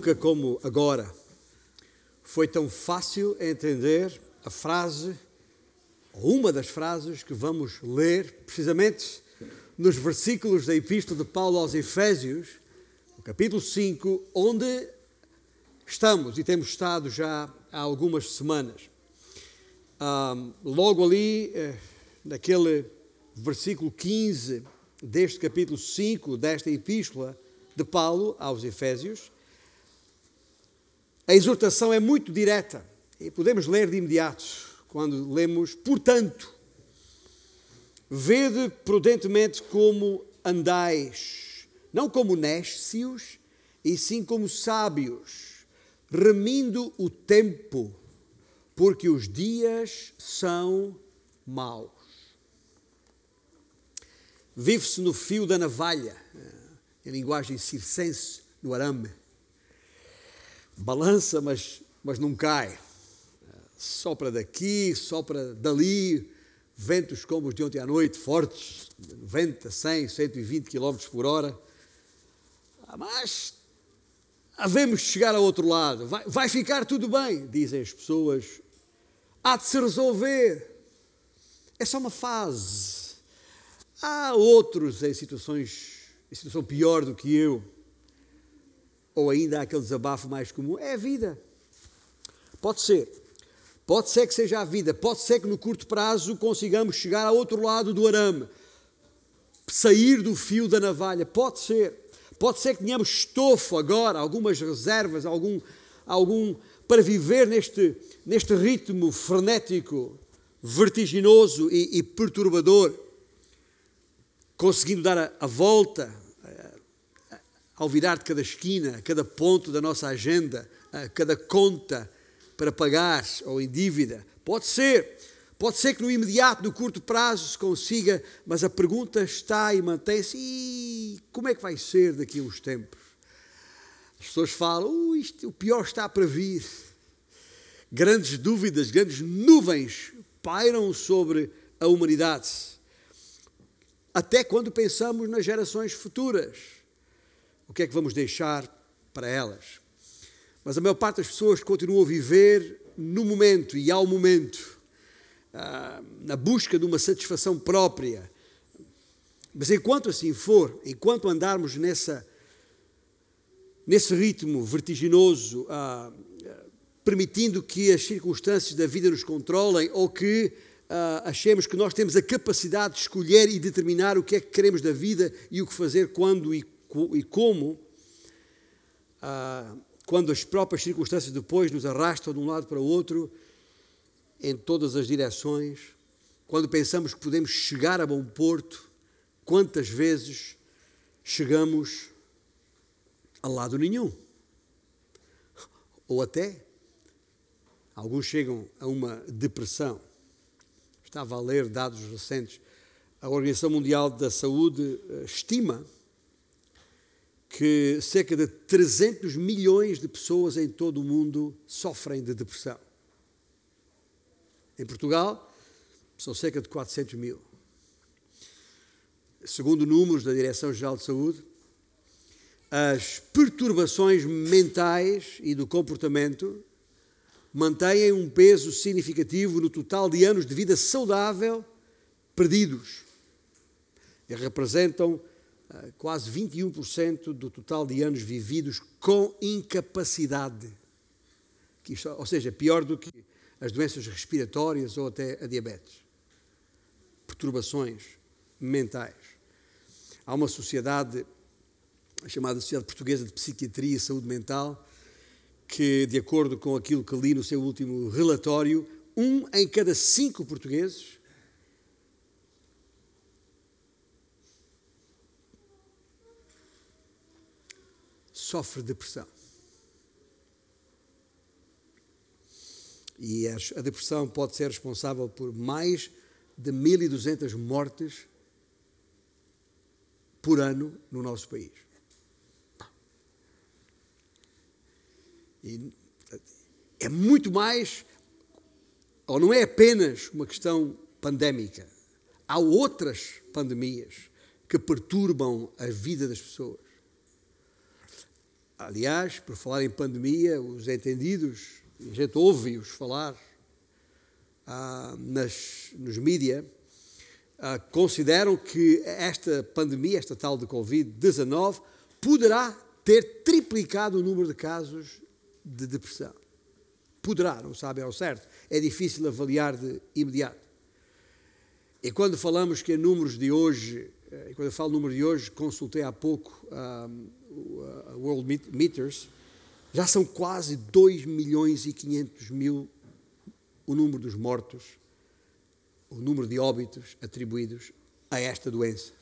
Nunca como agora foi tão fácil entender a frase, ou uma das frases que vamos ler, precisamente nos versículos da Epístola de Paulo aos Efésios, no capítulo 5, onde estamos e temos estado já há algumas semanas. Logo ali, naquele versículo 15 deste capítulo 5 desta Epístola de Paulo aos Efésios, a exortação é muito direta e podemos ler de imediato quando lemos: portanto, vede prudentemente como andais, não como néscios, e sim como sábios, remindo o tempo, porque os dias são maus. Vive-se no fio da navalha, em linguagem circense, no arame. Balança, mas não cai. Sopra daqui, sopra dali, ventos como os de ontem à noite, fortes, 90, 100, 120 km por hora. Mas havemos de chegar ao outro lado. Vai ficar tudo bem, dizem as pessoas. Há de se resolver. É só uma fase. Há outros em situação pior do que eu. Ou ainda há aquele desabafo mais comum. É a vida. Pode ser. Pode ser que seja a vida. Pode ser que no curto prazo consigamos chegar ao outro lado do arame. Sair do fio da navalha. Pode ser. Pode ser que tenhamos estofo agora, algumas reservas, algum para viver neste ritmo frenético, vertiginoso e perturbador, conseguindo dar a volta ao virar de cada esquina, a cada ponto da nossa agenda, a cada conta para pagar ou em dívida. Pode ser que no imediato, no curto prazo se consiga, mas a pergunta está e mantém-se: e como é que vai ser daqui a uns tempos? As pessoas falam: o pior está para vir. Grandes dúvidas, grandes nuvens pairam sobre a humanidade. Até quando pensamos nas gerações futuras, o que é que vamos deixar para elas? Mas a maior parte das pessoas continuam a viver no momento e ao momento, na busca de uma satisfação própria. Mas enquanto assim for, enquanto andarmos nesse ritmo vertiginoso, permitindo que as circunstâncias da vida nos controlem, ou que achemos que nós temos a capacidade de escolher e determinar o que é que queremos da vida e o que fazer, quando e como, quando as próprias circunstâncias depois nos arrastam de um lado para o outro, em todas as direções, quando pensamos que podemos chegar a bom porto, quantas vezes chegamos a lado nenhum? Ou até, alguns chegam a uma depressão. Estava a ler dados recentes. A Organização Mundial da Saúde estima que cerca de 300 milhões de pessoas em todo o mundo sofrem de depressão. Em Portugal, são cerca de 400 mil. Segundo números da Direção-Geral de Saúde, as perturbações mentais e do comportamento mantêm um peso significativo no total de anos de vida saudável perdidos. E representam quase 21% do total de anos vividos com incapacidade. Ou seja, pior do que as doenças respiratórias ou até a diabetes. Perturbações mentais. Há uma sociedade chamada Sociedade Portuguesa de Psiquiatria e Saúde Mental que, de acordo com aquilo que li no seu último relatório, 1 em cada 5 portugueses sofre depressão. E a depressão pode ser responsável por mais de 1.200 mortes por ano no nosso país. E é muito mais, ou não é apenas uma questão pandémica. Há outras pandemias que perturbam a vida das pessoas. Aliás, por falar em pandemia, os entendidos, a gente ouve-os falar nos mídias, consideram que esta pandemia, esta tal de Covid-19, poderá ter triplicado o número de casos de depressão. Poderá, não sabem ao certo. É difícil avaliar de imediato. E quando falamos que em números de hoje, quando eu falo número de hoje, consultei há pouco a World Meters, já são quase 2.500.000 o número dos mortos, o número de óbitos atribuídos a esta doença.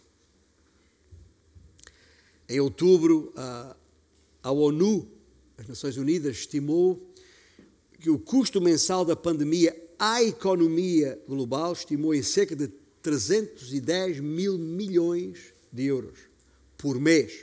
Em outubro, a ONU, as Nações Unidas, estimou que o custo mensal da pandemia à economia global estimou em cerca de 310 mil milhões de euros por mês.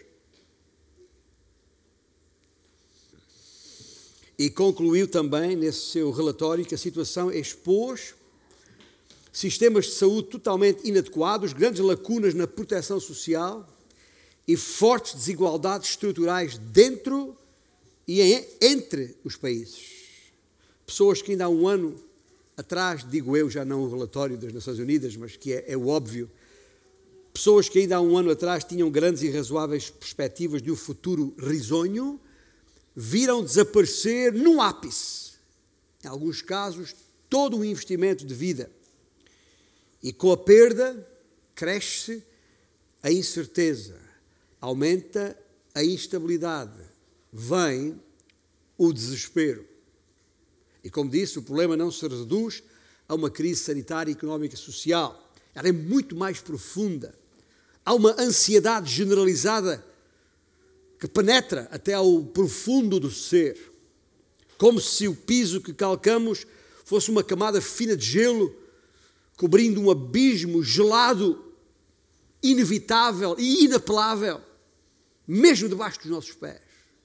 E concluiu também, nesse seu relatório, que a situação expôs sistemas de saúde totalmente inadequados, grandes lacunas na proteção social e fortes desigualdades estruturais dentro e entre os países. Pessoas que ainda há um ano atrás, digo eu, já não o relatório das Nações Unidas, mas que é o óbvio, pessoas que ainda há um ano atrás tinham grandes e razoáveis perspectivas de um futuro risonho, viram desaparecer num ápice, em alguns casos, todo o investimento de vida. E com a perda, cresce a incerteza, aumenta a instabilidade, vem o desespero. E como disse, o problema não se reduz a uma crise sanitária, económica e social. Ela é muito mais profunda. Há uma ansiedade generalizada que penetra até ao profundo do ser. Como se o piso que calcamos fosse uma camada fina de gelo, cobrindo um abismo gelado, inevitável e inapelável, mesmo debaixo dos nossos pés.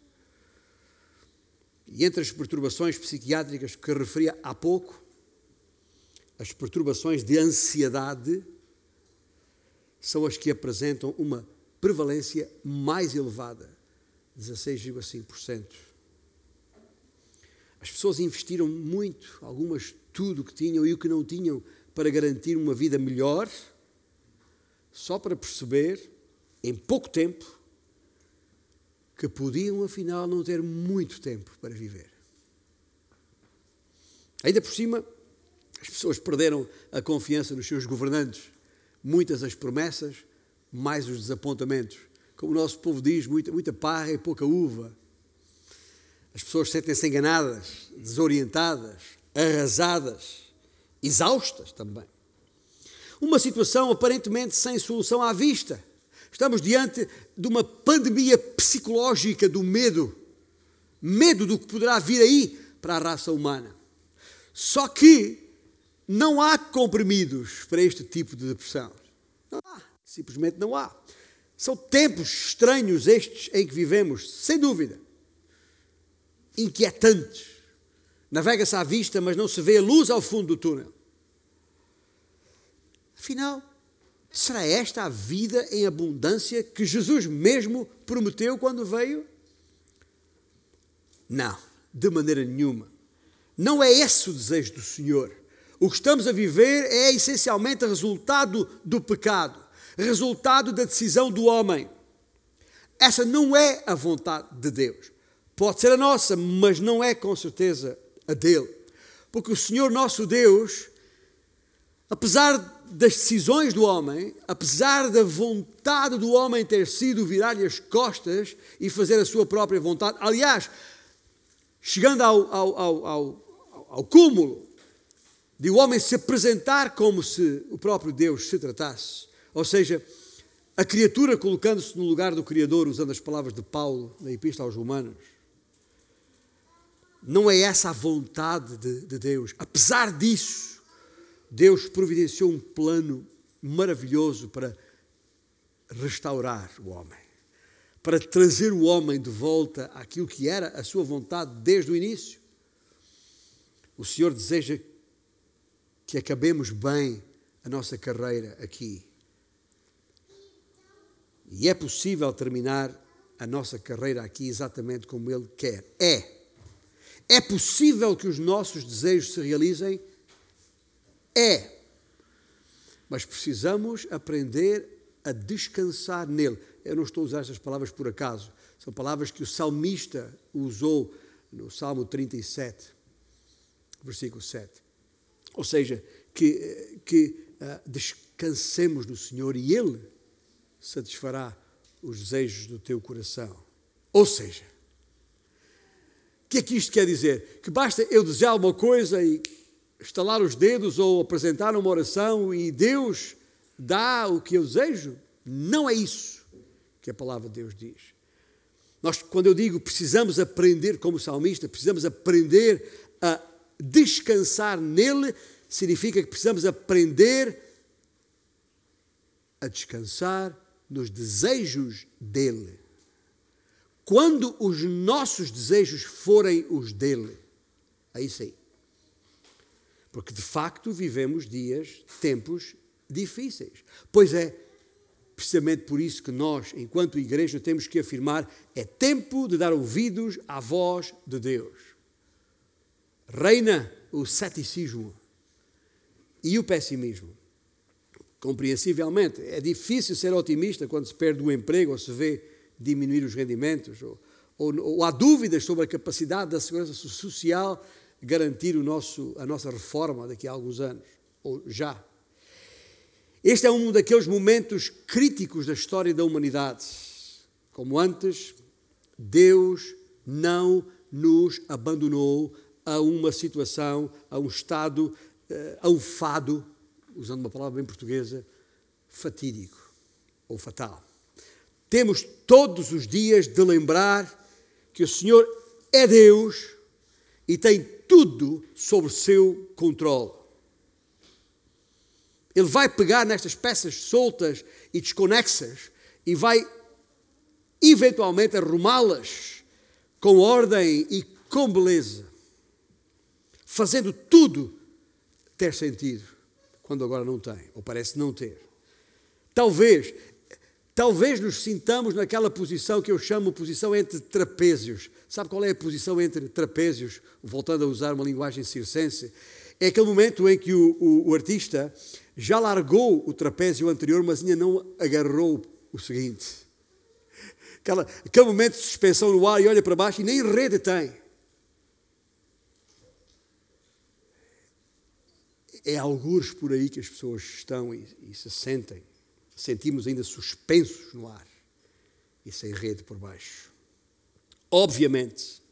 E entre as perturbações psiquiátricas que referia há pouco, as perturbações de ansiedade são as que apresentam uma prevalência mais elevada, 16,5%. As pessoas investiram muito, algumas tudo o que tinham e o que não tinham, para garantir uma vida melhor, só para perceber, em pouco tempo, que podiam, afinal, não ter muito tempo para viver. Ainda por cima, as pessoas perderam a confiança nos seus governantes. Muitas as promessas, mais os desapontamentos. Como o nosso povo diz, muita parra e pouca uva. As pessoas sentem-se enganadas, desorientadas, arrasadas, exaustas também. Uma situação aparentemente sem solução à vista. Estamos diante de uma pandemia psicológica do medo. Medo do que poderá vir aí para a raça humana. Só que não há comprimidos para este tipo de depressão. Não há. Simplesmente não há. São tempos estranhos estes em que vivemos, sem dúvida. Inquietantes. Navega-se à vista, mas não se vê a luz ao fundo do túnel. Afinal, será esta a vida em abundância que Jesus mesmo prometeu quando veio? Não, de maneira nenhuma. Não é esse o desejo do Senhor. O que estamos a viver é essencialmente resultado do pecado, resultado da decisão do homem. Essa não é a vontade de Deus. Pode ser a nossa, mas não é com certeza a dele. Porque o Senhor nosso Deus, apesar das decisões do homem, apesar da vontade do homem ter sido virar-lhe as costas e fazer a sua própria vontade, aliás, chegando ao cúmulo de o homem se apresentar como se o próprio Deus se tratasse, ou seja, a criatura colocando-se no lugar do Criador, usando as palavras de Paulo na Epístola aos Romanos. Não é essa a vontade de Deus. Apesar disso, Deus providenciou um plano maravilhoso para restaurar o homem, para trazer o homem de volta àquilo que era a sua vontade desde o início. O Senhor deseja que acabemos bem a nossa carreira aqui. E é possível terminar a nossa carreira aqui exatamente como Ele quer. É possível que os nossos desejos se realizem? É. Mas precisamos aprender a descansar nele. Eu não estou a usar estas palavras por acaso. São palavras que o salmista usou no Salmo 37, versículo 7. Ou seja, que descansemos no Senhor e Ele satisfará os desejos do teu coração. Ou seja, o que é que isto quer dizer? Que basta eu desejar alguma coisa e estalar os dedos ou apresentar uma oração e Deus dá o que eu desejo? Não é isso que a palavra de Deus diz. Nós, quando eu digo precisamos aprender como salmista, precisamos aprender a descansar nele, significa que precisamos aprender a descansar nos desejos dele. Quando os nossos desejos forem os dele, aí sim. Porque de facto vivemos tempos difíceis. Pois é, precisamente por isso que nós, enquanto igreja, temos que afirmar: é tempo de dar ouvidos à voz de Deus. Reina o ceticismo e o pessimismo. Compreensivelmente, é difícil ser otimista quando se perde o emprego ou se vê diminuir os rendimentos, ou há dúvidas sobre a capacidade da segurança social garantir a nossa reforma daqui a alguns anos, ou já. Este é um daqueles momentos críticos da história da humanidade. Como antes, Deus não nos abandonou a uma situação, a um estado, a um fado, usando uma palavra bem portuguesa, fatídico ou fatal. Temos todos os dias de lembrar que o Senhor é Deus e tem tudo sob o seu controle. Ele vai pegar nestas peças soltas e desconexas e vai eventualmente arrumá-las com ordem e com beleza, fazendo tudo ter sentido, quando agora não tem, ou parece não ter. Talvez nos sintamos naquela posição que eu chamo posição entre trapézios. Sabe qual é a posição entre trapézios? Voltando a usar uma linguagem circense. É aquele momento em que o artista já largou o trapézio anterior, mas ainda não agarrou o seguinte. Aquele momento de suspensão no ar e olha para baixo e nem rede tem. É algures por aí que as pessoas estão e se sentem. Sentimos ainda suspensos no ar e sem rede por baixo. Obviamente,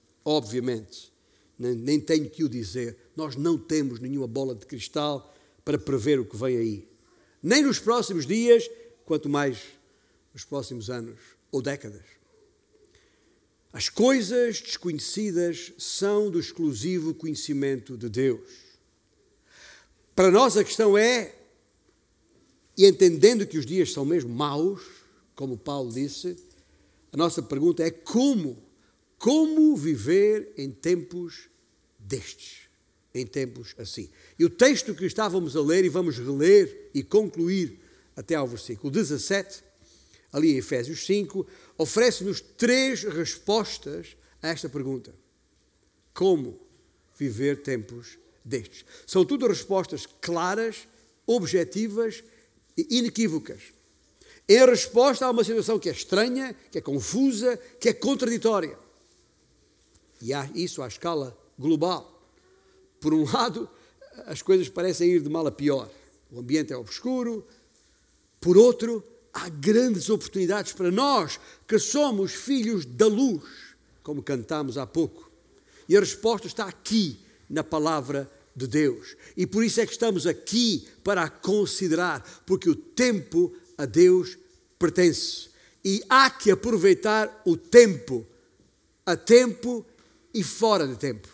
nem tenho que o dizer, nós não temos nenhuma bola de cristal para prever o que vem aí. Nem nos próximos dias, quanto mais nos próximos anos ou décadas. As coisas desconhecidas são do exclusivo conhecimento de Deus. Para nós a questão é, e entendendo que os dias são mesmo maus, como Paulo disse, a nossa pergunta é como viver em tempos destes, em tempos assim. E o texto que estávamos a ler, e vamos reler e concluir até ao versículo 17, ali em Efésios 5, oferece-nos 3 respostas a esta pergunta. Como viver tempos destes? São tudo respostas claras, objetivas e inequívocas. Em resposta a uma situação que é estranha, que é confusa, que é contraditória. E há isso à escala global. Por um lado, as coisas parecem ir de mal a pior. O ambiente é obscuro. Por outro, há grandes oportunidades para nós, que somos filhos da luz, como cantámos há pouco. E a resposta está aqui, na palavra de Deus. E por isso é que estamos aqui para a considerar, porque o tempo a Deus pertence. E há que aproveitar o tempo, a tempo e fora de tempo.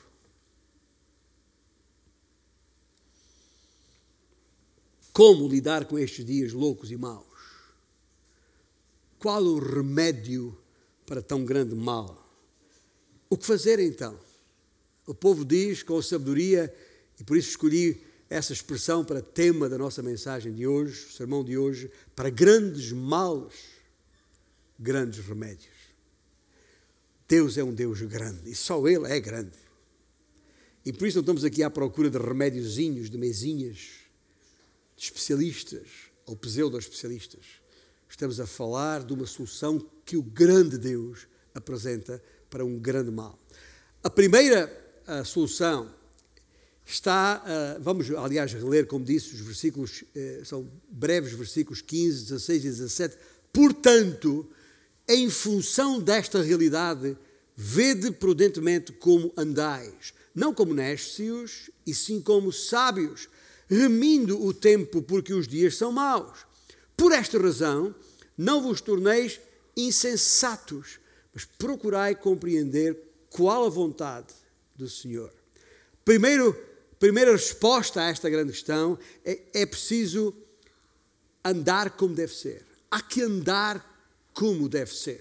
Como lidar com estes dias loucos e maus? Qual o remédio para tão grande mal? O que fazer então? O povo diz com sabedoria, e por isso escolhi essa expressão para tema da nossa mensagem de hoje, o sermão de hoje: para grandes males, grandes remédios. Deus é um Deus grande e só Ele é grande. E por isso não estamos aqui à procura de remédiozinhos, de mesinhas, de especialistas ou pseudo-especialistas. Estamos a falar de uma solução que o grande Deus apresenta para um grande mal. A primeira solução está, vamos aliás reler, como disse, os versículos, são breves versículos 15, 16 e 17. Portanto, em função desta realidade, vede prudentemente como andais, não como néscios, e sim como sábios, remindo o tempo porque os dias são maus. Por esta razão, não vos torneis insensatos, mas procurai compreender qual a vontade do Senhor. Primeira resposta a esta grande questão é preciso andar como deve ser. Há que andar como deve ser.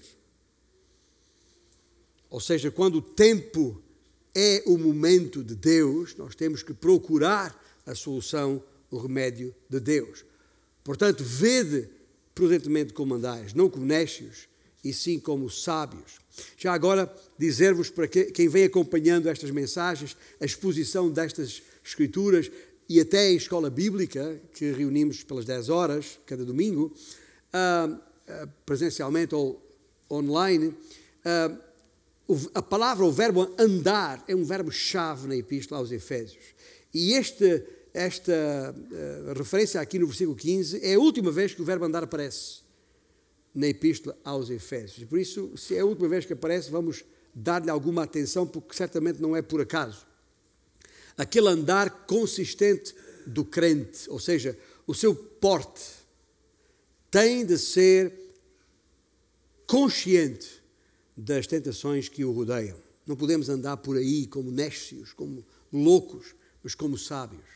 Ou seja, quando o tempo é o momento de Deus, nós temos que procurar a solução, o remédio de Deus. Portanto, vede prudentemente como andais, não como néscios, e sim como sábios. Já agora, dizer-vos para quem vem acompanhando estas mensagens, a exposição destas Escrituras, e até em escola bíblica, que reunimos pelas 10 horas, cada domingo, presencialmente ou online, a palavra, o verbo andar, é um verbo-chave na Epístola aos Efésios. E esta referência aqui no versículo 15 é a última vez que o verbo andar aparece na Epístola aos Efésios. E por isso, se é a última vez que aparece, vamos dar-lhe alguma atenção, porque certamente não é por acaso. Aquele andar consistente do crente, ou seja, o seu porte, tem de ser consciente das tentações que o rodeiam. Não podemos andar por aí como néscios, como loucos, mas como sábios.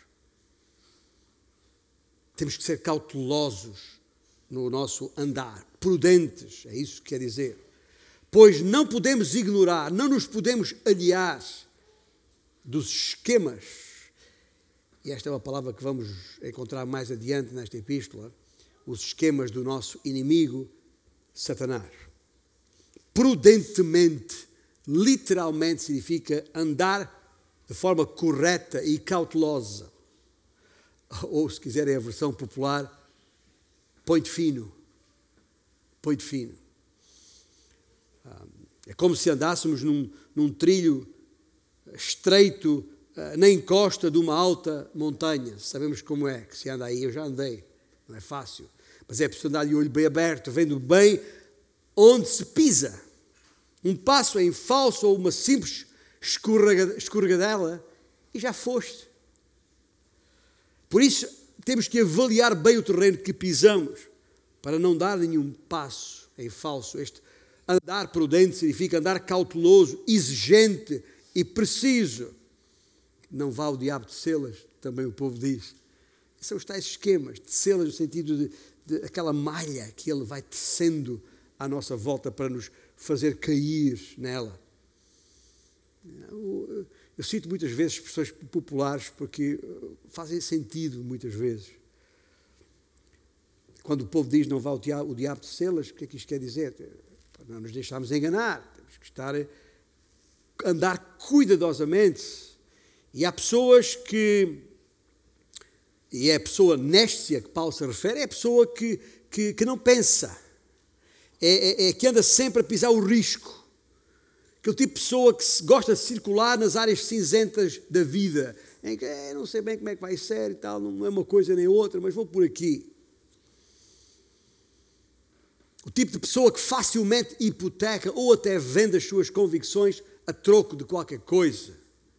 Temos que ser cautelosos no nosso andar, prudentes, é isso que quer dizer. Pois não podemos ignorar, não nos podemos aliar dos esquemas, e esta é uma palavra que vamos encontrar mais adiante nesta epístola, os esquemas do nosso inimigo, Satanás. Prudentemente, literalmente significa andar de forma correta e cautelosa. Ou, se quiserem a versão popular, põe-te fino. Põe-te fino. É como se andássemos num trilho estreito, na encosta de uma alta montanha. Sabemos como é que se anda aí, eu já andei, não é fácil. Mas é preciso andar de olho bem aberto, vendo bem onde se pisa. Um passo em falso ou uma simples escorregadela e já foste. Por isso, temos que avaliar bem o terreno que pisamos para não dar nenhum passo em falso. Este andar prudente significa andar cauteloso, exigente e preciso. Não vá o diabo de celas, também o povo diz. São os tais esquemas, de celas no sentido de aquela malha que ele vai tecendo à nossa volta para nos fazer cair nela. Eu cito muitas vezes expressões populares porque fazem sentido muitas vezes. Quando o povo diz não vá o diabo de celas, o que é que isto quer dizer? Para não nos deixarmos enganar, temos que andar cuidadosamente. E há pessoas que, e é a pessoa néscia que Paulo se refere, é a pessoa que não pensa, é que anda sempre a pisar o risco. Aquele tipo de pessoa que gosta de circular nas áreas cinzentas da vida, em que não sei bem como é que vai ser e tal, não é uma coisa nem outra, mas vou por aqui. O tipo de pessoa que facilmente hipoteca ou até vende as suas convicções a troco de qualquer coisa.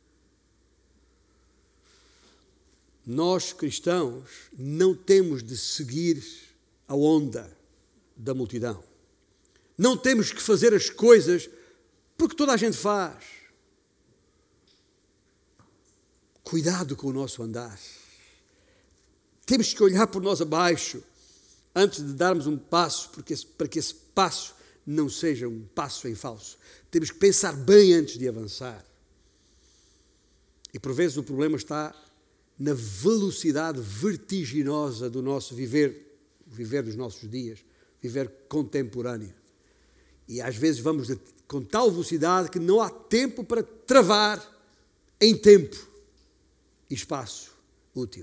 Nós, cristãos, não temos de seguir a onda da multidão. Não temos que fazer as coisas porque toda a gente faz. Cuidado com o nosso andar. Temos que olhar por nós abaixo antes de darmos um passo, para que esse passo não seja um passo em falso. Temos que pensar bem antes de avançar. E por vezes o problema está na velocidade vertiginosa do nosso viver dos nossos dias, viver contemporâneo. E às vezes vamos com tal velocidade que não há tempo para travar em tempo e espaço útil.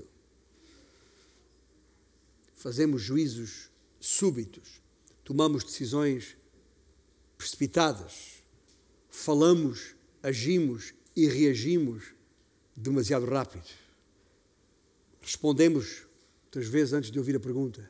Fazemos juízos súbitos, tomamos decisões precipitadas, falamos, agimos e reagimos demasiado rápido. Respondemos muitas vezes antes de ouvir a pergunta.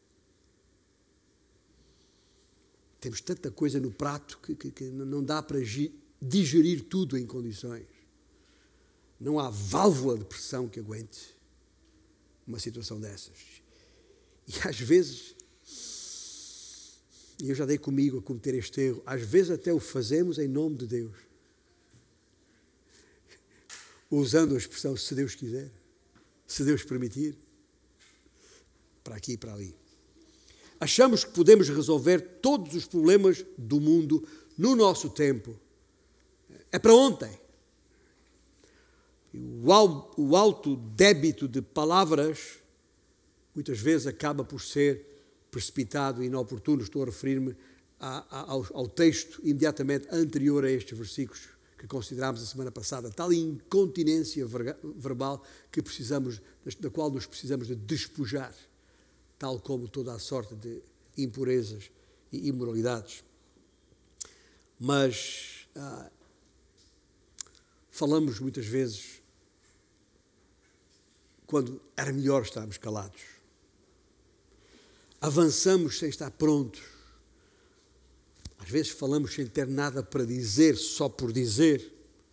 Temos tanta coisa no prato que não dá para digerir tudo em condições. Não há válvula de pressão que aguente uma situação dessas. E às vezes, e eu já dei comigo a cometer este erro, às vezes até o fazemos em nome de Deus. Usando a expressão, se Deus quiser, se Deus permitir, para aqui e para ali. Achamos que podemos resolver todos os problemas do mundo no nosso tempo. É para ontem. O alto débito de palavras muitas vezes acaba por ser precipitado e inoportuno. Estou a referir-me ao texto imediatamente anterior a estes versículos que considerámos a semana passada. Tal incontinência verbal que da qual nos precisamos de despojar, tal como toda a sorte de impurezas e imoralidades. Mas falamos muitas vezes quando era melhor estarmos calados. Avançamos sem estar prontos. Às vezes falamos sem ter nada para dizer, só por dizer.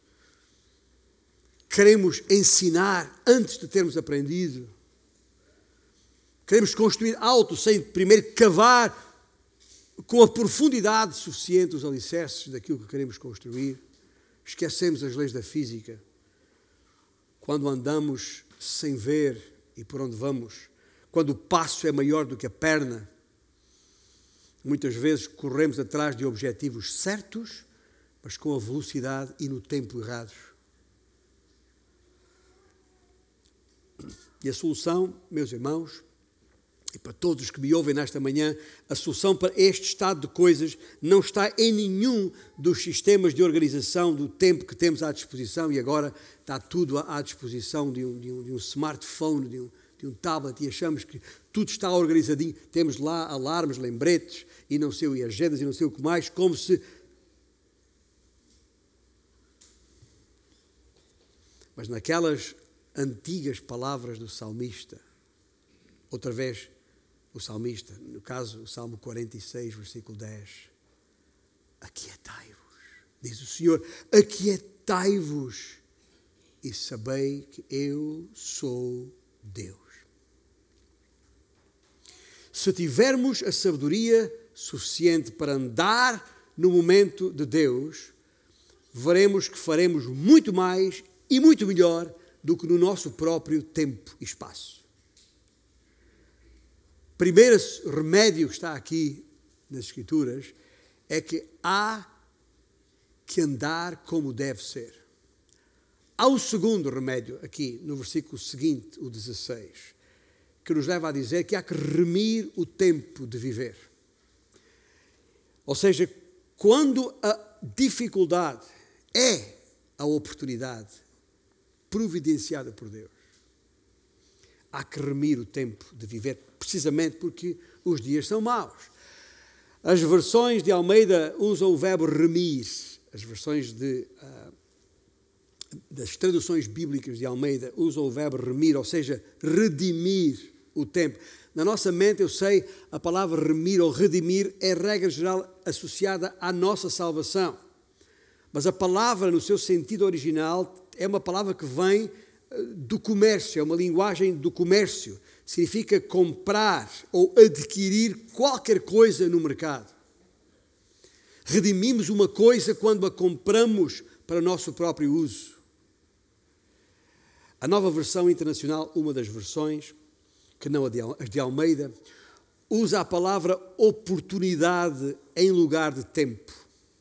Queremos ensinar antes de termos aprendido. Queremos construir alto sem primeiro cavar com a profundidade suficiente os alicerces daquilo que queremos construir. Esquecemos as leis da física. Quando andamos sem ver e por onde vamos, quando o passo é maior do que a perna, muitas vezes corremos atrás de objetivos certos, mas com a velocidade e no tempo errados. E a solução, meus irmãos, e para todos os que me ouvem nesta manhã, a solução para este estado de coisas não está em nenhum dos sistemas de organização do tempo que temos à disposição, e agora está tudo à disposição de um smartphone, de um tablet, e achamos que tudo está organizadinho. Temos lá alarmes, lembretes, e não sei, e agendas, e não sei o que mais, como se... Mas naquelas antigas palavras do salmista, outra vez o salmista, no caso o Salmo 46, versículo 10, aquietai-vos, diz o Senhor, aquietai-vos e sabei que eu sou Deus. Se tivermos a sabedoria suficiente para andar no momento de Deus, veremos que faremos muito mais e muito melhor do que no nosso próprio tempo e espaço. Primeiro remédio que está aqui nas Escrituras é que há que andar como deve ser. Há um segundo remédio aqui no versículo seguinte, o 16, que nos leva a dizer que há que remir o tempo de viver. Ou seja, quando a dificuldade é a oportunidade providenciada por Deus, há que remir o tempo de viver, precisamente porque os dias são maus. As versões de Almeida usam o verbo remir. As versões das traduções bíblicas de Almeida usam o verbo remir, ou seja, redimir o tempo. Na nossa mente, eu sei, a palavra remir ou redimir é, regra geral, associada à nossa salvação. Mas a palavra, no seu sentido original, é uma palavra que vem do comércio, é uma linguagem do comércio. Significa comprar ou adquirir qualquer coisa no mercado. Redimimos uma coisa quando a compramos para o nosso próprio uso. A Nova Versão Internacional, uma das versões, que não as de Almeida, usa a palavra oportunidade em lugar de tempo.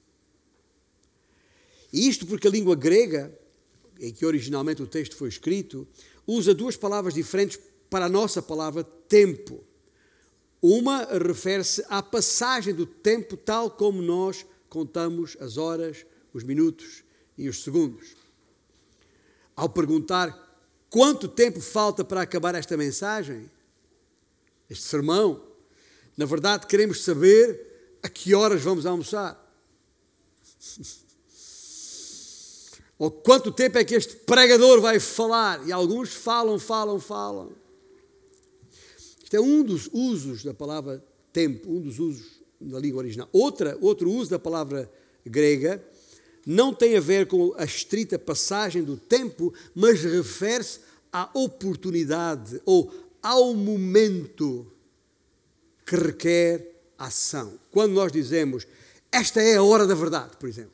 E isto porque a língua grega, em que originalmente o texto foi escrito, usa duas palavras diferentes para a nossa palavra tempo. Uma refere-se à passagem do tempo tal como nós contamos as horas, os minutos e os segundos. Ao perguntar quanto tempo falta para acabar esta mensagem, este sermão, na verdade queremos saber a que horas vamos almoçar. Ou quanto tempo é que este pregador vai falar? E alguns falam. Isto é um dos usos da palavra tempo, um dos usos da língua original. Outro uso da palavra grega não tem a ver com a estrita passagem do tempo, mas refere-se à oportunidade ou ao momento que requer ação. Quando nós dizemos, esta é a hora da verdade, por exemplo.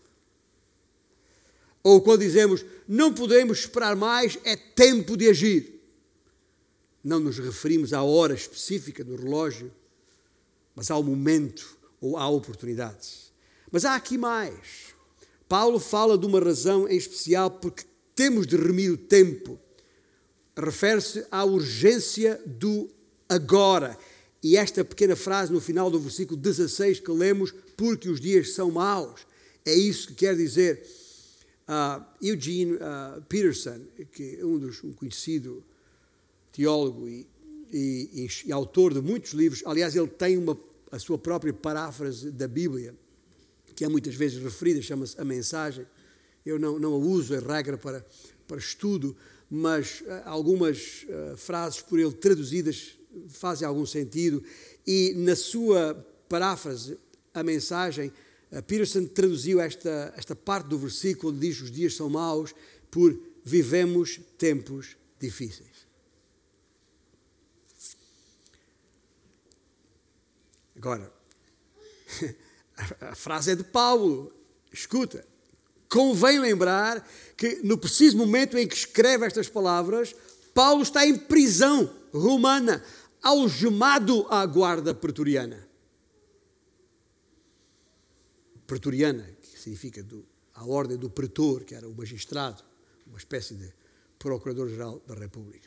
Ou quando dizemos, não podemos esperar mais, é tempo de agir. Não nos referimos à hora específica do relógio, mas ao momento ou à oportunidade. Mas há aqui mais. Paulo fala de uma razão em especial porque temos de remir o tempo. Refere-se à urgência do agora. E esta pequena frase no final do versículo 16 que lemos, porque os dias são maus. É isso que quer dizer. Eugene Peterson, que é um conhecido teólogo e autor de muitos livros, aliás, ele tem a sua própria paráfrase da Bíblia, que é muitas vezes referida, chama-se A Mensagem. Eu não a uso, é regra para estudo, mas algumas frases por ele traduzidas fazem algum sentido. E na sua paráfrase, A Mensagem, Peterson traduziu esta parte do versículo onde diz os dias são maus por vivemos tempos difíceis. Agora, a frase é de Paulo. Escuta, convém lembrar que no preciso momento em que escreve estas palavras, Paulo está em prisão romana, algemado à guarda pretoriana. Pretoriana, que significa a ordem do pretor, que era o magistrado, uma espécie de procurador-geral da República.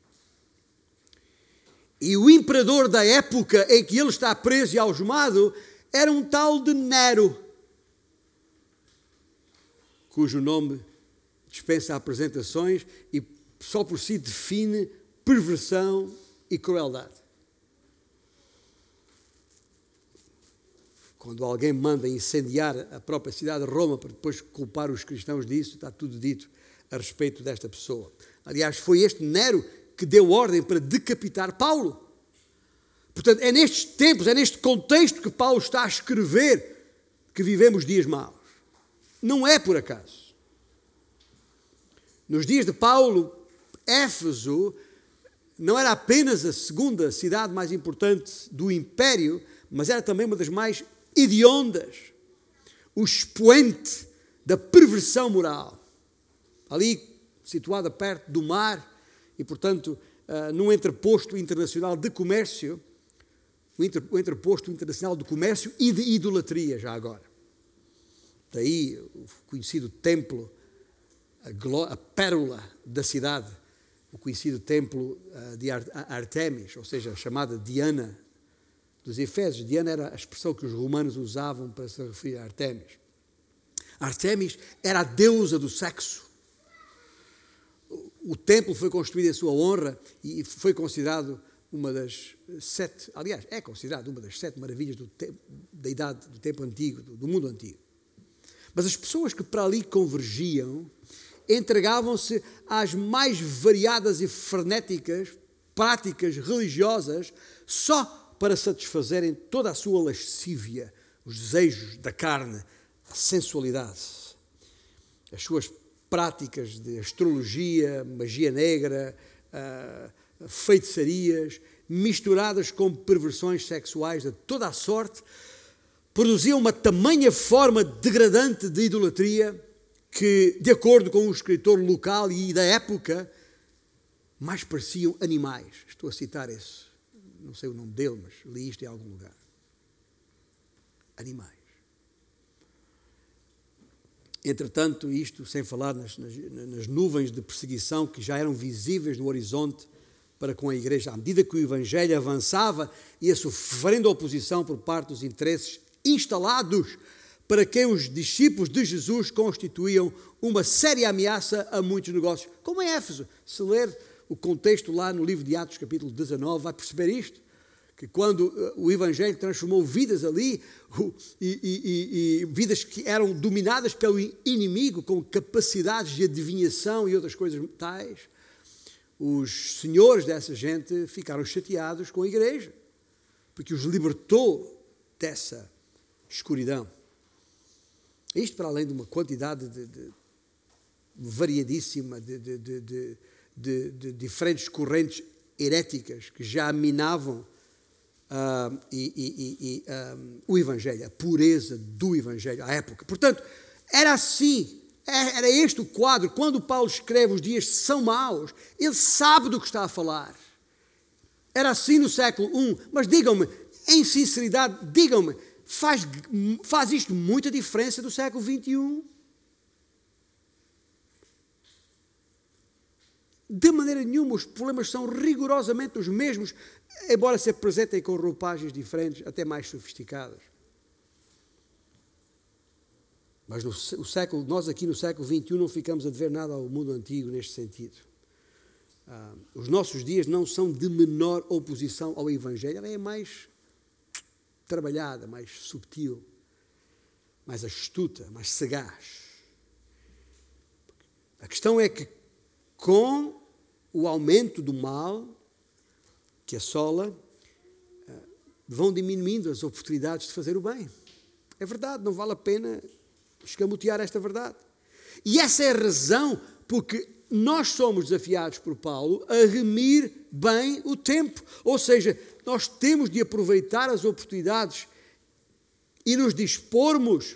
E o imperador da época em que ele está preso e algemado era um tal de Nero, cujo nome dispensa apresentações e só por si define perversão e crueldade. Quando alguém manda incendiar a própria cidade de Roma para depois culpar os cristãos disso, está tudo dito a respeito desta pessoa. Aliás, foi este Nero que deu ordem para decapitar Paulo. Portanto, é nestes tempos, é neste contexto que Paulo está a escrever que vivemos dias maus. Não é por acaso. Nos dias de Paulo, Éfeso não era apenas a segunda cidade mais importante do império, mas era também uma das mais hediondas, o expoente da perversão moral. Ali, situada perto do mar e, portanto, num entreposto internacional de comércio, o entreposto internacional de comércio e de idolatria, já agora. Daí o conhecido templo, a pérola da cidade, o conhecido templo de Artemis, ou seja, a chamada Diana dos Efésios. Diana era a expressão que os romanos usavam para se referir a Artemis. Artemis era a deusa do sexo. O templo foi construído em sua honra e foi considerado uma das 7, aliás, é considerado uma das 7 maravilhas da idade do tempo antigo, do mundo antigo. Mas as pessoas que para ali convergiam entregavam-se às mais variadas e frenéticas práticas religiosas só para satisfazerem toda a sua lascívia, os desejos da carne, a sensualidade. As suas práticas de astrologia, magia negra, feitiçarias, misturadas com perversões sexuais de toda a sorte, produziam uma tamanha forma degradante de idolatria que, de acordo com um escritor local e da época, mais pareciam animais. Estou a citar esse, não sei o nome dele, mas li isto em algum lugar. Animais. Entretanto, isto sem falar nas nuvens de perseguição que já eram visíveis no horizonte para com a igreja, à medida que o Evangelho avançava, ia sofrendo oposição por parte dos interesses instalados para quem os discípulos de Jesus constituíam uma séria ameaça a muitos negócios, como em Éfeso. Se ler o contexto lá no livro de Atos, capítulo 19, vai perceber isto, que quando o Evangelho transformou vidas ali, e vidas que eram dominadas pelo inimigo, com capacidades de adivinhação e outras coisas tais, os senhores dessa gente ficaram chateados com a igreja, porque os libertou dessa escuridão. Isto para além de uma quantidade variadíssima de diferentes correntes heréticas que já minavam o Evangelho, a pureza do Evangelho à época. Portanto, era assim, era este o quadro. Quando Paulo escreve os dias são maus, ele sabe do que está a falar. Era assim no século I, mas digam-me, em sinceridade, digam-me, faz isto muita diferença do século XXI? De maneira nenhuma, os problemas são rigorosamente os mesmos, embora se apresentem com roupagens diferentes, até mais sofisticadas. Mas nós aqui no século XXI não ficamos a dever nada ao mundo antigo neste sentido. Os nossos dias não são de menor oposição ao Evangelho, ela é mais trabalhada, mais subtil, mais astuta, mais sagaz. A questão é que com o aumento do mal que assola, vão diminuindo as oportunidades de fazer o bem. É verdade, não vale a pena escamotear esta verdade. E essa é a razão porque nós somos desafiados por Paulo a remir bem o tempo. Ou seja, nós temos de aproveitar as oportunidades e nos dispormos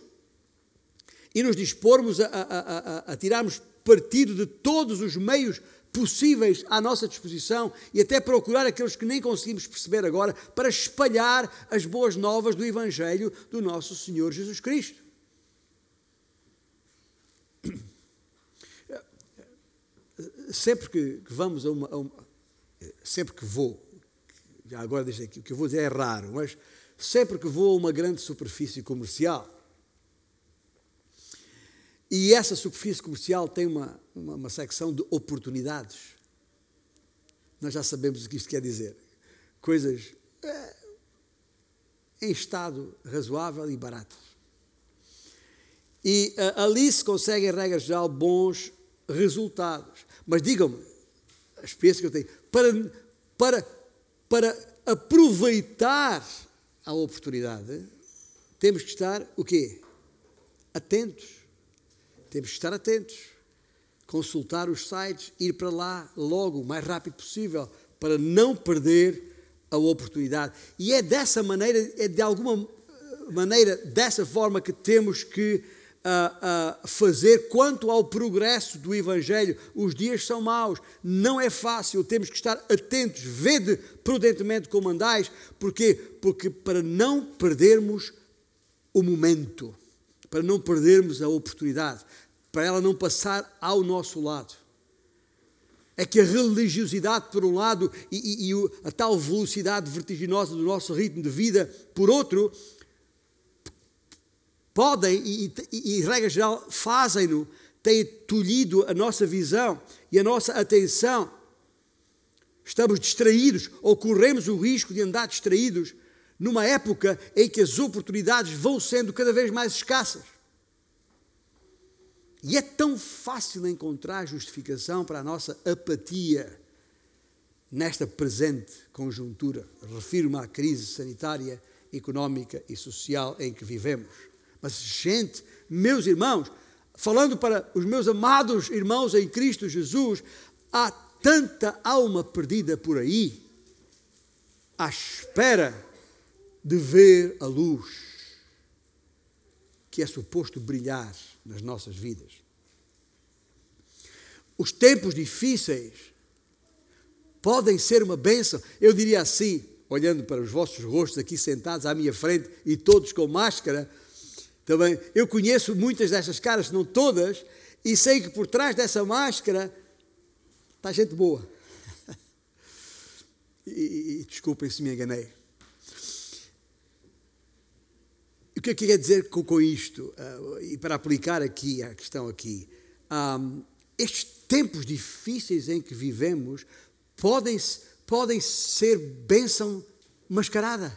a tirarmos partido de todos os meios possíveis à nossa disposição e até procurar aqueles que nem conseguimos perceber agora para espalhar as boas novas do Evangelho do nosso Senhor Jesus Cristo. Sempre que vamos sempre que vou, já agora deixa aqui, o que eu vou dizer é raro, mas sempre que vou a uma grande superfície comercial, e essa superfície comercial tem uma secção de oportunidades. Nós já sabemos o que isto quer dizer. Coisas em estado razoável e baratas. E ali se conseguem, em regra geral, bons resultados. Mas digam-me, a experiência que eu tenho, para aproveitar a oportunidade, temos que estar o quê? Atentos. Temos que estar atentos, consultar os sites, ir para lá logo, o mais rápido possível, para não perder a oportunidade. E é dessa maneira, é de alguma maneira, dessa forma que temos que fazer quanto ao progresso do Evangelho. Os dias são maus, não é fácil, temos que estar atentos, vede prudentemente como andais, porque para não perdermos o momento, para não perdermos a oportunidade, para ela não passar ao nosso lado. É que a religiosidade, por um lado, e a tal velocidade vertiginosa do nosso ritmo de vida, por outro, podem, e regra geral, fazem-no, têm tolhido a nossa visão e a nossa atenção. Estamos distraídos, ou corremos o risco de andar distraídos numa época em que as oportunidades vão sendo cada vez mais escassas. E é tão fácil encontrar justificação para a nossa apatia nesta presente conjuntura. Refiro-me à crise sanitária, económica e social em que vivemos. Mas, gente, meus irmãos, falando para os meus amados irmãos em Cristo Jesus, há tanta alma perdida por aí, à espera de ver a luz que é suposto brilhar nas nossas vidas. Os tempos difíceis podem ser uma bênção. Eu diria assim, olhando para os vossos rostos aqui sentados à minha frente e todos com máscara, também, eu conheço muitas destas caras, não todas, e sei que por trás dessa máscara está gente boa. E desculpem se me enganei. que eu queria dizer com isto? E para aplicar aqui a questão aqui. Estes tempos difíceis em que vivemos podem ser bênção mascarada.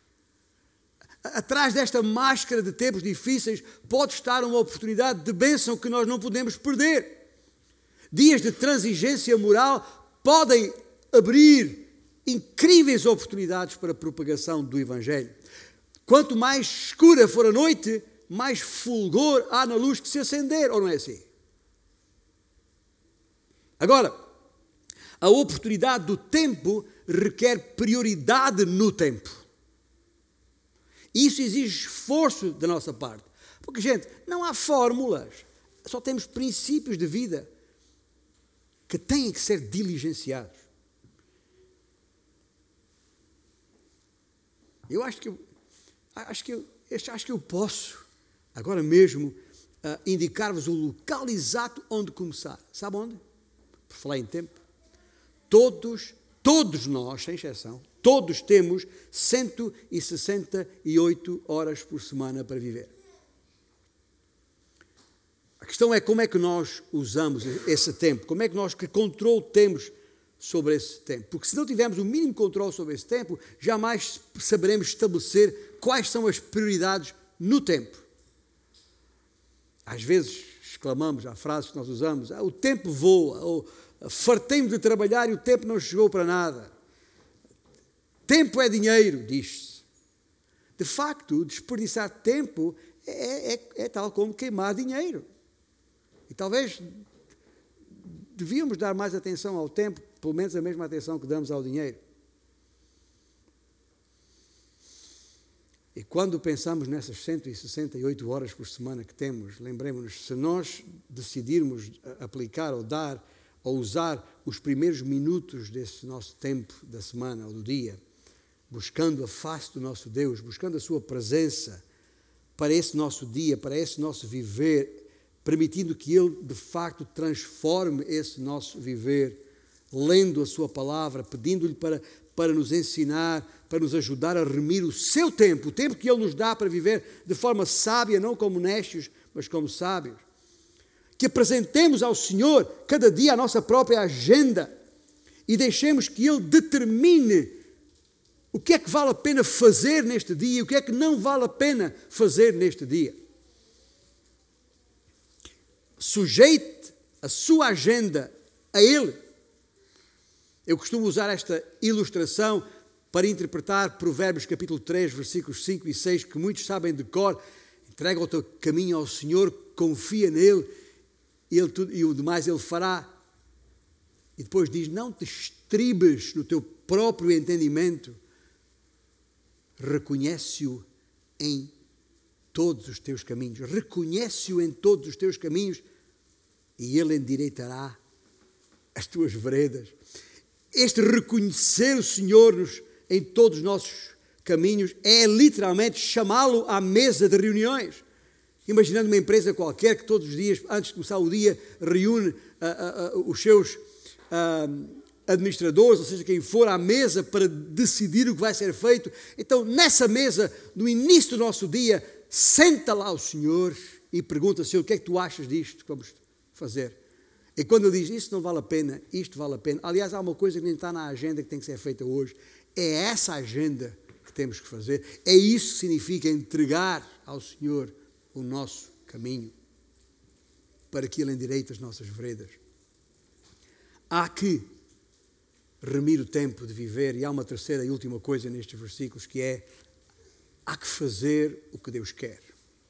Atrás desta máscara de tempos difíceis pode estar uma oportunidade de bênção que nós não podemos perder. Dias de transigência moral podem abrir incríveis oportunidades para a propagação do Evangelho. Quanto mais escura for a noite, mais fulgor há na luz que se acender, ou não é assim? Agora, a oportunidade do tempo requer prioridade no tempo. Isso exige esforço da nossa parte. Porque, gente, não há fórmulas. Só temos princípios de vida que têm que ser diligenciados. Eu acho que eu posso, agora mesmo, indicar-vos o local exato onde começar. Sabe onde? Por falar em tempo. Todos nós, sem exceção, todos temos 168 horas por semana para viver. A questão é como é que nós usamos esse tempo, como é que nós que controle temos sobre esse tempo. Porque se não tivermos o mínimo controle sobre esse tempo, jamais saberemos estabelecer quais são as prioridades no tempo. Às vezes exclamamos, há frases que nós usamos, o tempo voa, ou fartei-me de trabalhar e o tempo não chegou para nada. Tempo é dinheiro, diz-se. De facto, desperdiçar tempo é tal como queimar dinheiro. E talvez devíamos dar mais atenção ao tempo, pelo menos a mesma atenção que damos ao dinheiro. E quando pensamos nessas 168 horas por semana que temos, lembremos-nos, se nós decidirmos aplicar ou dar ou usar os primeiros minutos desse nosso tempo da semana ou do dia, buscando a face do nosso Deus, buscando a sua presença para esse nosso dia, para esse nosso viver, permitindo que Ele, de facto, transforme esse nosso viver, lendo a sua palavra, pedindo-lhe para nos ensinar, para nos ajudar a remir o seu tempo, o tempo que Ele nos dá para viver de forma sábia, não como néscios, mas como sábios. Que apresentemos ao Senhor cada dia a nossa própria agenda e deixemos que Ele determine o que é que vale a pena fazer neste dia e o que é que não vale a pena fazer neste dia. Sujeite a sua agenda a Ele. Eu costumo usar esta ilustração para interpretar Provérbios capítulo 3, versículos 5 e 6, que muitos sabem de cor. Entrega o teu caminho ao Senhor, confia nele, e o demais Ele fará. E depois diz, não te estribes no teu próprio entendimento, reconhece-o em todos os teus caminhos. Reconhece-o em todos os teus caminhos e Ele endireitará as tuas veredas. Este reconhecer o Senhor em todos os nossos caminhos é literalmente chamá-lo à mesa de reuniões. Imaginando uma empresa qualquer que todos os dias, antes de começar o dia, reúne os seus administradores, ou seja, quem for à mesa para decidir o que vai ser feito. Então, nessa mesa, no início do nosso dia, senta lá o Senhor e pergunta, Senhor, o que é que tu achas disto que vamos fazer? E quando Ele diz, isto não vale a pena, isto vale a pena. Aliás, há uma coisa que nem está na agenda que tem que ser feita hoje. É essa agenda que temos que fazer. É isso que significa entregar ao Senhor o nosso caminho para que Ele endireite as nossas veredas. Há que remir o tempo de viver, e há uma terceira e última coisa nestes versículos, que é, há que fazer o que Deus quer.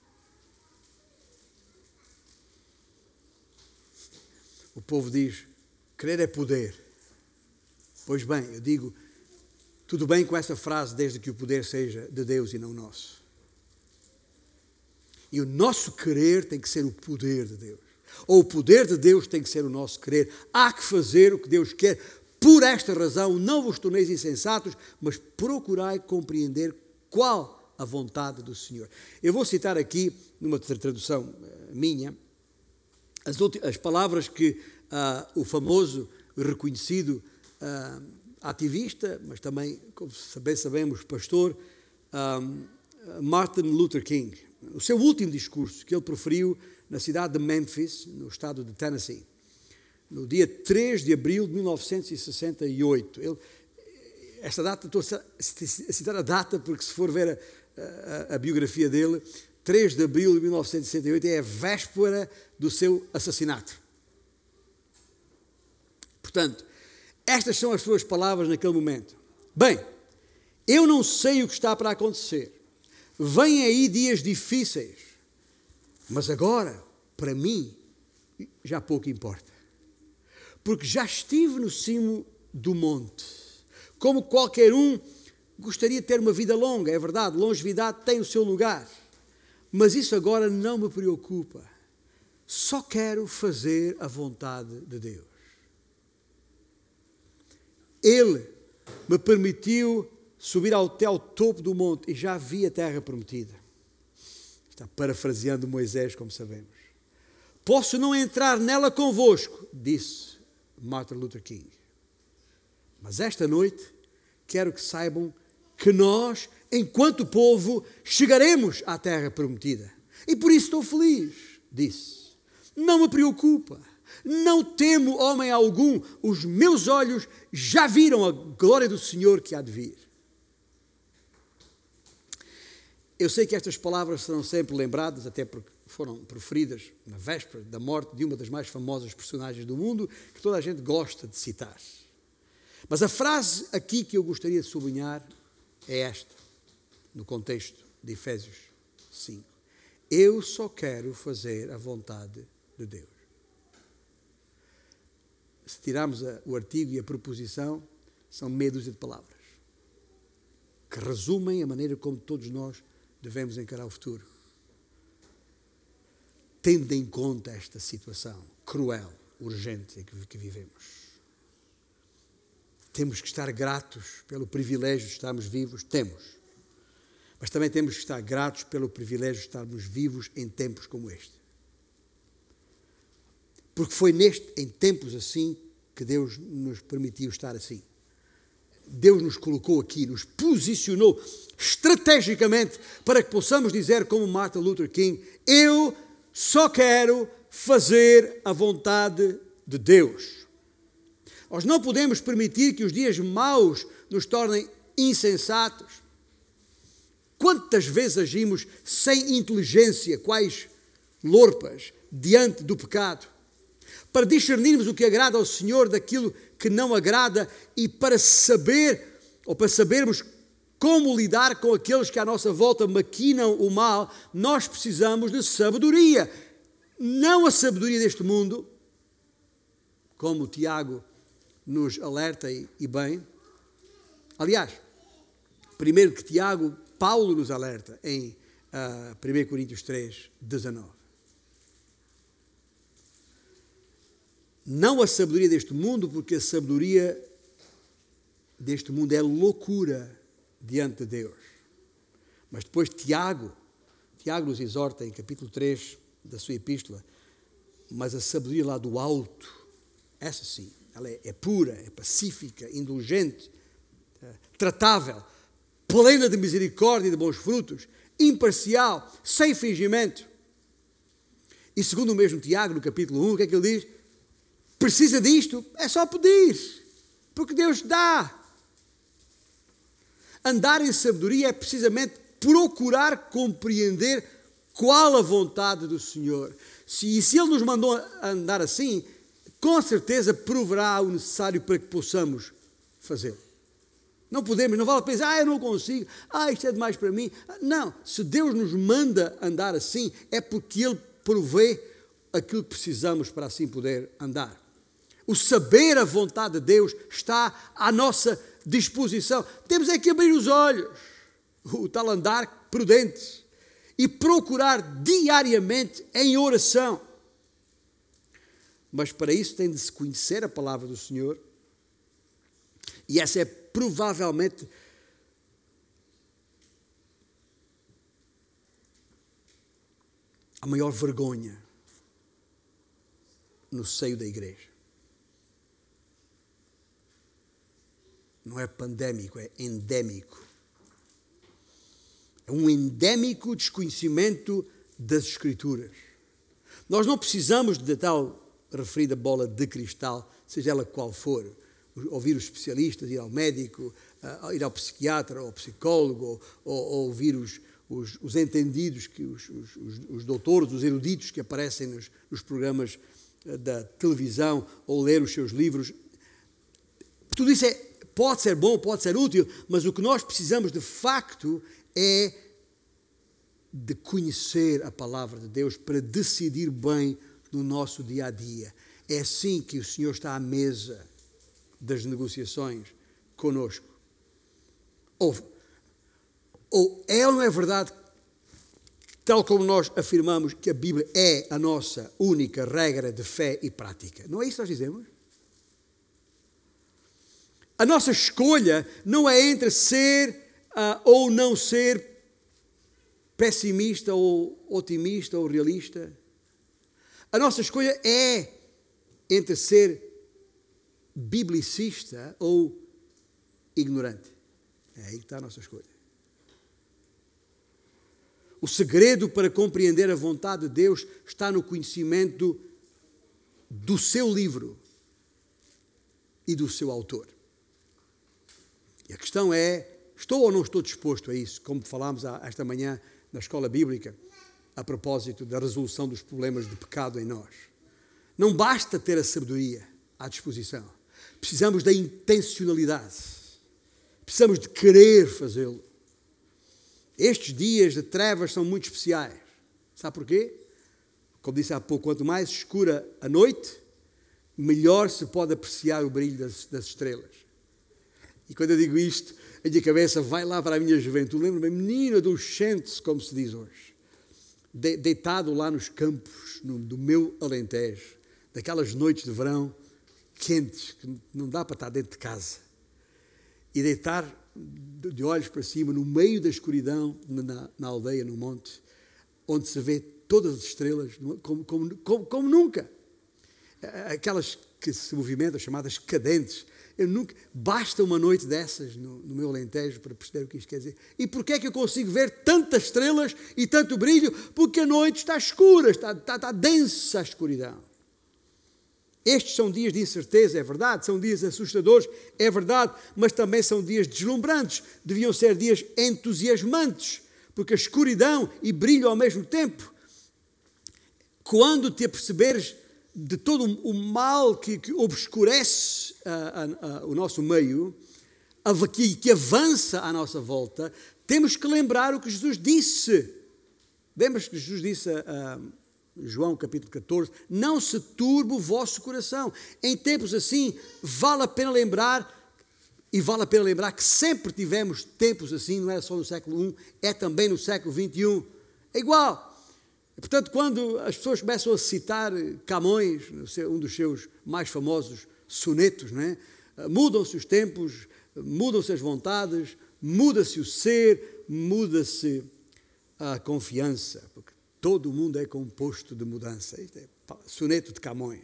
O povo diz, querer é poder. Pois bem, eu digo, tudo bem com essa frase, desde que o poder seja de Deus e não nosso. E o nosso querer tem que ser o poder de Deus. Ou o poder de Deus tem que ser o nosso querer. Há que fazer o que Deus quer. Por esta razão, não vos torneis insensatos, mas procurai compreender qual a vontade do Senhor. Eu vou citar aqui, numa tradução minha, as palavras que o famoso, reconhecido ativista, mas também, como bem sabemos, pastor, Martin Luther King, o seu último discurso que ele proferiu na cidade de Memphis, no estado de Tennessee, no dia 3 de abril de 1968. Esta data, estou a citar a data porque se for ver a biografia dele, 3 de abril de 1968 é a véspera do seu assassinato. Portanto, estas são as suas palavras naquele momento. Bem, eu não sei o que está para acontecer. Vêm aí dias difíceis, mas agora, para mim, já pouco importa. Porque já estive no cimo do monte. Como qualquer um gostaria de ter uma vida longa, é verdade, longevidade tem o seu lugar. Mas isso agora não me preocupa. Só quero fazer a vontade de Deus. Ele me permitiu subir até ao topo do monte e já vi a terra prometida. Está parafraseando Moisés, como sabemos. Posso não entrar nela convosco, disse Martin Luther King. Mas esta noite quero que saibam que nós, enquanto povo, chegaremos à terra prometida. E por isso estou feliz, disse. Não me preocupa. Não temo homem algum. Os meus olhos já viram a glória do Senhor que há de vir. Eu sei que estas palavras serão sempre lembradas, até porque foram proferidas na véspera da morte de uma das mais famosas personagens do mundo, que toda a gente gosta de citar. Mas a frase aqui que eu gostaria de sublinhar é esta, no contexto de Efésios 5. Eu só quero fazer a vontade de Deus. Se tirarmos o artigo e a preposição, são meia dúzia de palavras, que resumem a maneira como todos nós devemos encarar o futuro. Tendo em conta esta situação cruel, urgente em que vivemos. Temos que estar gratos pelo privilégio de estarmos vivos, temos. Mas também temos que estar gratos pelo privilégio de estarmos vivos em tempos como este. Porque foi em tempos assim que Deus nos permitiu estar assim. Deus nos colocou aqui, nos posicionou estrategicamente para que possamos dizer, como Martin Luther King, eu só quero fazer a vontade de Deus. Nós não podemos permitir que os dias maus nos tornem insensatos. Quantas vezes agimos sem inteligência, quais lorpas, diante do pecado? Para discernirmos o que agrada ao Senhor daquilo que não agrada e para sabermos como lidar com aqueles que à nossa volta maquinam o mal, nós precisamos de sabedoria. Não a sabedoria deste mundo, como Tiago nos alerta e bem. Aliás, primeiro que Tiago, Paulo nos alerta em 1 Coríntios 3, 19. Não a sabedoria deste mundo, porque a sabedoria deste mundo é loucura diante de Deus. Mas depois Tiago nos exorta em capítulo 3 da sua epístola, mas a sabedoria lá do alto, essa sim, ela é pura, é pacífica, indulgente, tratável, plena de misericórdia e de bons frutos, imparcial, sem fingimento. E segundo o mesmo Tiago, no capítulo 1, o que é que ele diz? Precisa disto? É só pedir, porque Deus dá. Andar em sabedoria é precisamente procurar compreender qual a vontade do Senhor. Se Ele nos mandou andar assim, com certeza proverá o necessário para que possamos fazê-lo. Não podemos, não vale a pena, eu não consigo, isto é demais para mim. Não, se Deus nos manda andar assim, é porque Ele provê aquilo que precisamos para assim poder andar. O saber a vontade de Deus está à nossa disposição. Temos é que abrir os olhos, o tal andar prudente, e procurar diariamente em oração. Mas para isso tem de se conhecer a palavra do Senhor, e essa é provavelmente a maior vergonha no seio da igreja. Não é pandémico, é endémico. É um endémico desconhecimento das Escrituras. Nós não precisamos de tal referida bola de cristal, seja ela qual for. Ouvir os especialistas, ir ao médico, ir ao psiquiatra, ao psicólogo, ou ouvir os entendidos, os doutores, os eruditos que aparecem nos programas da televisão, ou ler os seus livros. Tudo isso pode ser bom, pode ser útil, mas o que nós precisamos de facto é de conhecer a palavra de Deus para decidir bem no nosso dia a dia. É assim que o Senhor está à mesa das negociações conosco. Ou é ou não é verdade, tal como nós afirmamos que a Bíblia é a nossa única regra de fé e prática? Não é isso que nós dizemos? A nossa escolha não é entre ser ou não ser pessimista ou otimista ou realista. A nossa escolha é entre ser biblicista ou ignorante. É aí que está a nossa escolha. O segredo para compreender a vontade de Deus está no conhecimento do seu livro e do seu autor. E a questão é, estou ou não estou disposto a isso, como falámos esta manhã na escola bíblica, a propósito da resolução dos problemas de pecado em nós. Não basta ter a sabedoria à disposição. Precisamos da intencionalidade. Precisamos de querer fazê-lo. Estes dias de trevas são muito especiais. Sabe porquê? Como disse há pouco, quanto mais escura a noite, melhor se pode apreciar o brilho das estrelas. E quando eu digo isto, a minha cabeça vai lá para a minha juventude. Lembro-me, menino adolescente, como se diz hoje, deitado lá nos campos do meu Alentejo, daquelas noites de verão quentes, que não dá para estar dentro de casa, e deitar de olhos para cima, no meio da escuridão, na aldeia, no monte, onde se vê todas as estrelas, como nunca. Aquelas que se movimentam, chamadas cadentes. Basta uma noite dessas no meu Alentejo para perceber o que isto quer dizer. E porquê é que eu consigo ver tantas estrelas e tanto brilho? Porque a noite está escura, está densa a escuridão. Estes são dias de incerteza, é verdade, são dias assustadores, é verdade, mas também são dias deslumbrantes, deviam ser dias entusiasmantes, porque a escuridão e brilho ao mesmo tempo, quando te aperceberes de todo o mal que obscurece o nosso meio, que avança à nossa volta, temos que lembrar o que Jesus disse. Lembras que Jesus disse a João capítulo 14, não se turbe o vosso coração. Em tempos assim, vale a pena lembrar, e vale a pena lembrar que sempre tivemos tempos assim, não era só no século I, é também no século XXI. É igual. Portanto, quando as pessoas começam a citar Camões, um dos seus mais famosos sonetos, não é? Mudam-se os tempos, mudam-se as vontades, muda-se o ser, muda-se a confiança, porque todo o mundo é composto de mudança. Este é soneto de Camões.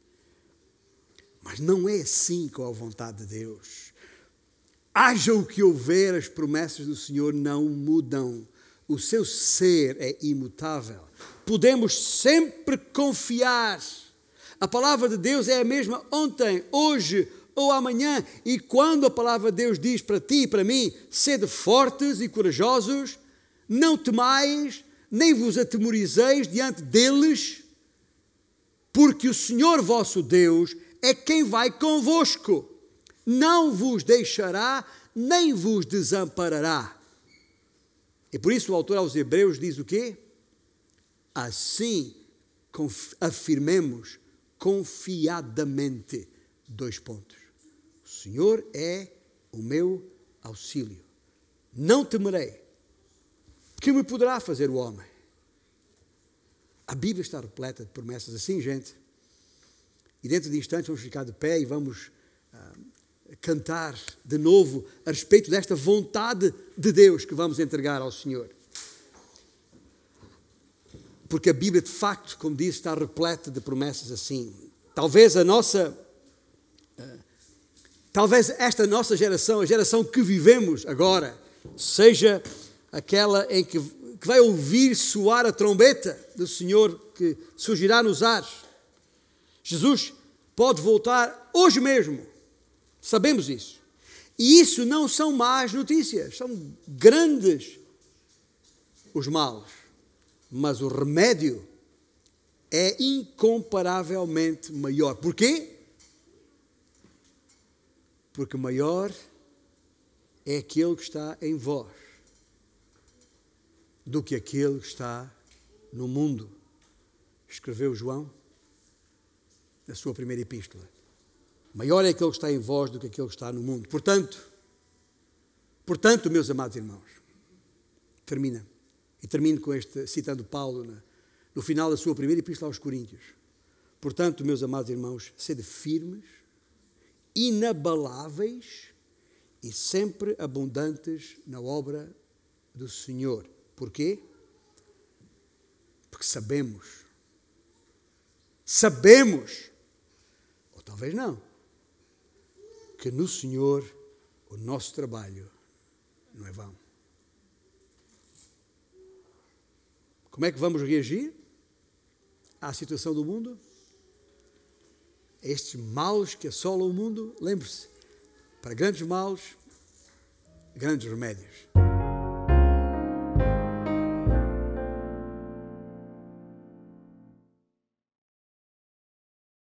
Mas não é assim com a vontade de Deus. Haja o que houver, as promessas do Senhor não mudam. O seu ser é imutável. Podemos sempre confiar. A palavra de Deus é a mesma ontem, hoje ou amanhã. E quando a palavra de Deus diz para ti e para mim, sede fortes e corajosos, não temais, nem vos atemorizeis diante deles, porque o Senhor vosso Deus é quem vai convosco. Não vos deixará, nem vos desamparará. E por isso o autor aos Hebreus diz o quê? Assim afirmemos confiadamente, 2 pontos. O Senhor é o meu auxílio. Não temerei. Que me poderá fazer o homem? A Bíblia está repleta de promessas assim, gente. E dentro de instantes vamos ficar de pé e vamos cantar de novo a respeito desta vontade de Deus que vamos entregar ao Senhor. Porque a Bíblia, de facto, como disse, está repleta de promessas assim. Talvez esta nossa geração, a geração que vivemos agora, seja aquela em que vai ouvir soar a trombeta do Senhor que surgirá nos ares. Jesus pode voltar hoje mesmo, sabemos isso. E isso não são más notícias, são grandes os males, mas o remédio é incomparavelmente maior. Porquê? Porque maior é aquele que está em vós do que aquele que está no mundo, escreveu João na sua primeira epístola. Maior é aquele que está em vós do que aquele que está no mundo. Portanto, meus amados irmãos, termino com este, citando Paulo no final da sua primeira epístola aos Coríntios. Portanto, meus amados irmãos, sede firmes, inabaláveis e sempre abundantes na obra do Senhor. Porquê? Porque sabemos, ou talvez não, que no Senhor o nosso trabalho não é vão. Como é que vamos reagir à situação do mundo? A estes males que assolam o mundo? Lembre-se, para grandes males, grandes remédios.